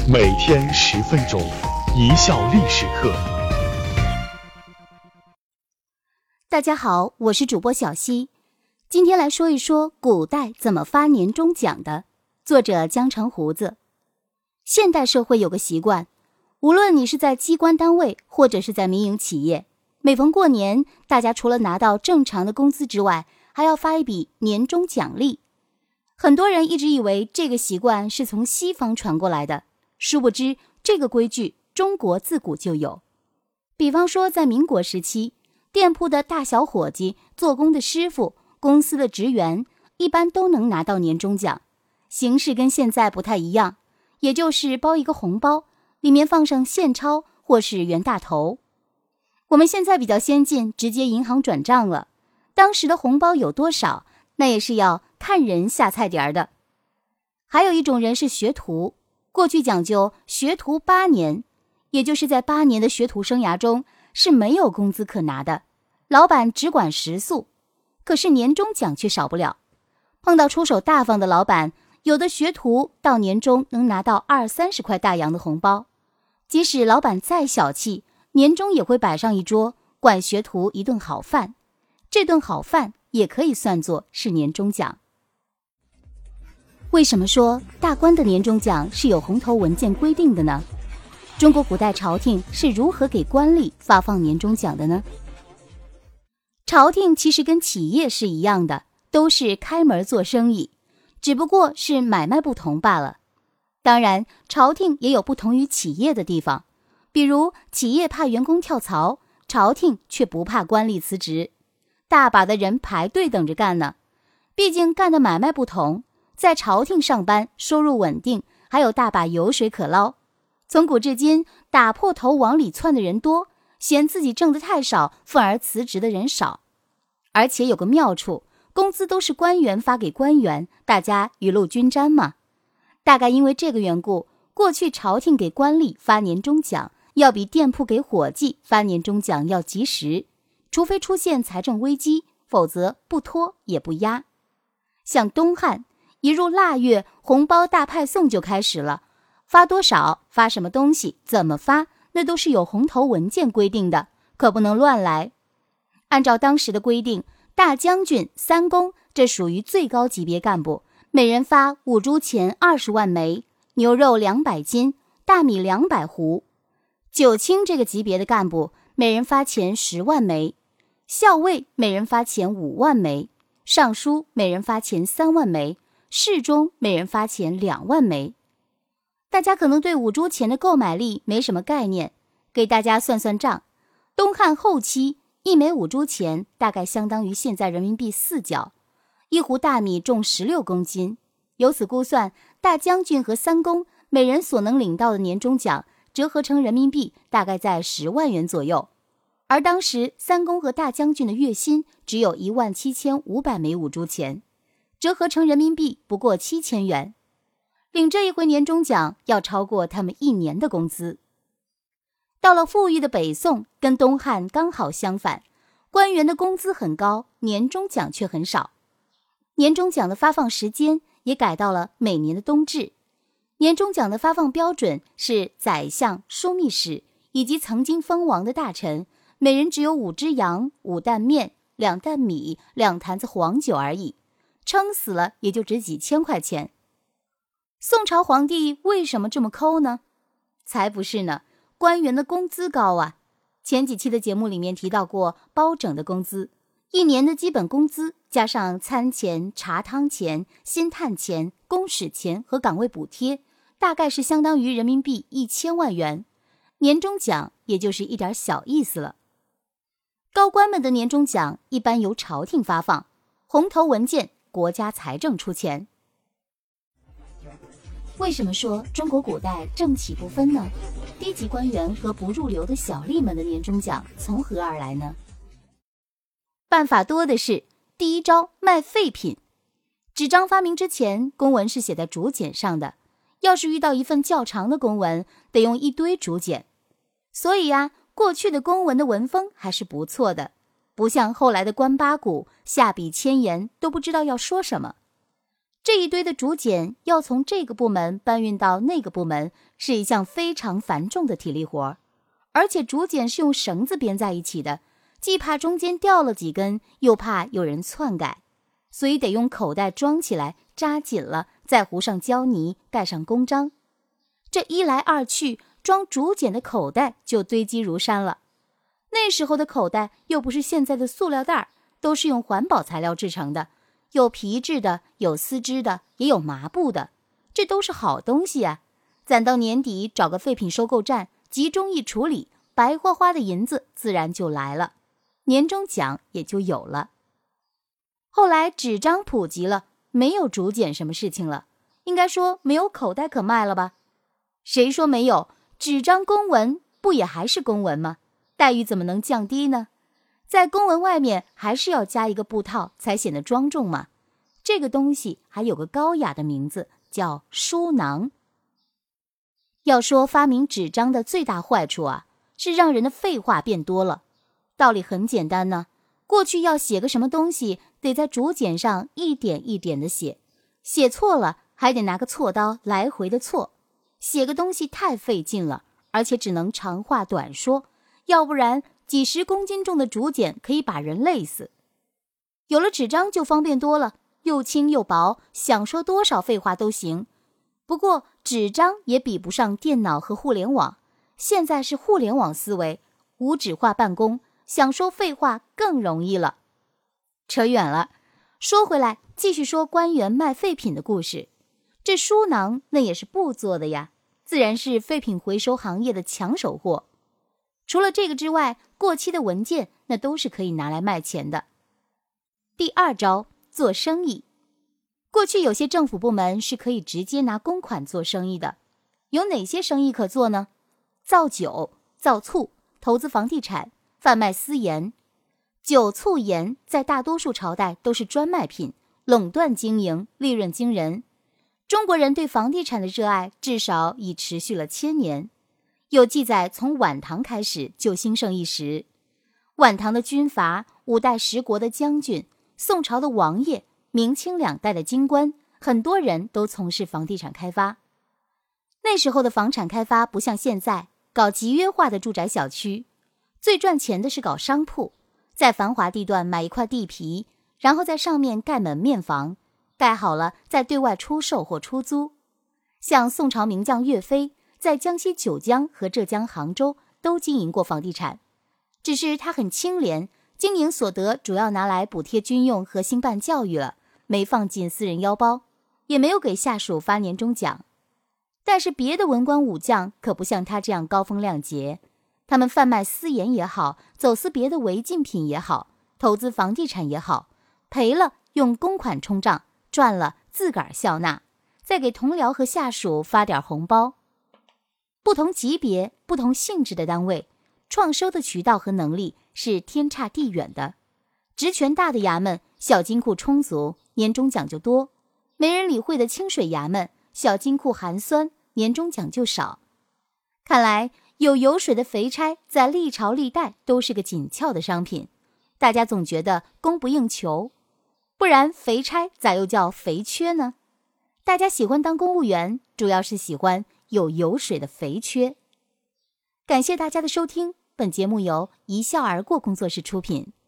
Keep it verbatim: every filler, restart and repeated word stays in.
每天十分钟，一笑历史课。 大家好，我是主播小溪，今天来说一说古代怎么发年终奖的。作者江城胡子。现代社会有个习惯，无论你是在机关单位或者是在民营企业，每逢过年，大家除了拿到正常的工资之外，还要发一笔年终奖励。很多人一直以为这个习惯是从西方传过来的，殊不知这个规矩中国自古就有。比方说在民国时期，店铺的大小伙计、做工的师傅、公司的职员一般都能拿到年终奖，形式跟现在不太一样，也就是包一个红包，里面放上现钞或是袁大头。我们现在比较先进，直接银行转账了，当时的红包有多少，那也是要看人下菜碟儿的。还有一种人是学徒，过去讲究学徒八年，也就是在八年的学徒生涯中是没有工资可拿的，老板只管食宿，可是年终奖却少不了。碰到出手大方的老板，有的学徒到年终能拿到二三十块大洋的红包，即使老板再小气，年终也会摆上一桌，管学徒一顿好饭，这顿好饭也可以算作是年终奖。为什么说大官的年终奖是有红头文件规定的呢？中国古代朝廷是如何给官吏发放年终奖的呢？朝廷其实跟企业是一样的，都是开门做生意，只不过是买卖不同罢了。当然，朝廷也有不同于企业的地方，比如企业怕员工跳槽，朝廷却不怕官吏辞职，大把的人排队等着干呢。毕竟干的买卖不同，在朝廷上班收入稳定，还有大把油水可捞。从古至今，打破头往里窜的人多，嫌自己挣得太少，愤而辞职的人少。而且有个妙处，工资都是官员发给官员，大家雨露均沾嘛。大概因为这个缘故，过去朝廷给官吏发年终奖，要比店铺给伙计发年终奖要及时，除非出现财政危机，否则不拖也不压。像东汉，一入腊月，红包大派送就开始了，发多少，发什么东西，怎么发，那都是有红头文件规定的，可不能乱来。按照当时的规定，大将军、三公这属于最高级别干部，每人发五铢钱二十万枚，牛肉两百斤，大米两百斛。九卿这个级别的干部，每人发钱十万枚，校尉每人发钱五万枚，尚书每人发钱三万枚，侍中每人发钱两万枚。大家可能对五铢钱的购买力没什么概念，给大家算算账。东汉后期，一枚五铢钱大概相当于现在人民币四角，一斛大米重十六公斤。由此估算，大将军和三公每人所能领到的年终奖，折合成人民币大概在十万元左右。而当时三公和大将军的月薪只有一万七千五百枚五铢钱，折合成人民币不过七千元。领这一回年终奖要超过他们一年的工资。到了富裕的北宋，跟东汉刚好相反，官员的工资很高，年终奖却很少。年终奖的发放时间也改到了每年的冬至。年终奖的发放标准是宰相、枢密使以及曾经封王的大臣，每人只有五只羊、五担面、两担米、两坛子黄酒而已，撑死了也就值几千块钱。宋朝皇帝为什么这么抠呢？才不是呢，官员的工资高啊。前几期的节目里面提到过包拯的工资，一年的基本工资加上餐钱、茶汤钱、薪炭钱、公使钱和岗位补贴，大概是相当于人民币一千万元。年终奖也就是一点小意思了。高官们的年终奖一般由朝廷发放，红头文件国家财政出钱。为什么说中国古代政企不分呢？低级官员和不入流的小吏们的年终奖从何而来呢？办法多的是。第一招，卖废品。纸张发明之前，公文是写在竹简上的，要是遇到一份较长的公文，得用一堆竹简。所以呀，过去的公文的文风还是不错的，不像后来的官八股，下笔千言都不知道要说什么。 这一堆的竹简要从这个部门搬运到那个部门，是一项非常繁重的体力活，而且竹简是用绳子编在一起的，既怕中间掉了几根，又怕有人篡改，所以得用口袋装起来，扎紧了，再糊上胶泥，盖上公章。这一来二去，装竹简的口袋就堆积如山了。那时候的口袋又不是现在的塑料袋，都是用环保材料制成的，有皮质的，有丝织的，也有麻布的，这都是好东西啊。攒到年底，找个废品收购站，集中一处理，白花花的银子自然就来了，年终奖也就有了。后来纸张普及了，没有竹简什么事情了，应该说没有口袋可卖了吧？谁说没有？纸张公文不也还是公文吗？待遇怎么能降低呢？在公文外面还是要加一个布套，才显得庄重嘛。这个东西还有个高雅的名字，叫书囊。要说发明纸张的最大坏处啊，是让人的废话变多了。道理很简单呢，过去要写个什么东西，得在竹简上一点一点的写，写错了还得拿个锉刀来回的锉，写个东西太费劲了，而且只能长话短说，要不然几十公斤重的竹简可以把人累死。有了纸张就方便多了，又轻又薄，想说多少废话都行。不过纸张也比不上电脑和互联网，现在是互联网思维，无纸化办公，想说废话更容易了。扯远了，说回来，继续说官员卖废品的故事。这书囊那也是布做的呀，自然是废品回收行业的抢手货。除了这个之外，过期的文件那都是可以拿来卖钱的。第二招，做生意。过去有些政府部门是可以直接拿公款做生意的，有哪些生意可做呢？造酒、造醋、投资房地产、贩卖私盐。酒、醋、盐在大多数朝代都是专卖品，垄断经营，利润惊人。中国人对房地产的热爱至少已持续了千年。有记载，从晚唐开始就兴盛一时。晚唐的军阀、五代十国的将军、宋朝的王爷、明清两代的京官，很多人都从事房地产开发。那时候的房产开发不像现在搞集约化的住宅小区，最赚钱的是搞商铺，在繁华地段买一块地皮，然后在上面盖门面房，盖好了再对外出售或出租。像宋朝名将岳飞，在江西九江和浙江杭州都经营过房地产，只是他很清廉，经营所得主要拿来补贴军用和兴办教育了，没放进私人腰包，也没有给下属发年终奖。但是别的文官武将可不像他这样高风亮节，他们贩卖私盐也好，走私别的违禁品也好，投资房地产也好，赔了用公款冲账，赚了自个儿笑纳，再给同僚和下属发点红包。不同级别、不同性质的单位，创收的渠道和能力是天差地远的。职权大的衙门，小金库充足，年终奖就多；没人理会的清水衙门，小金库寒酸，年终奖就少。看来有油水的肥差在历朝历代都是个紧俏的商品，大家总觉得供不应求，不然肥差咋又叫肥缺呢？大家喜欢当公务员，主要是喜欢有油水的肥缺。感谢大家的收听，本节目由一笑而过工作室出品。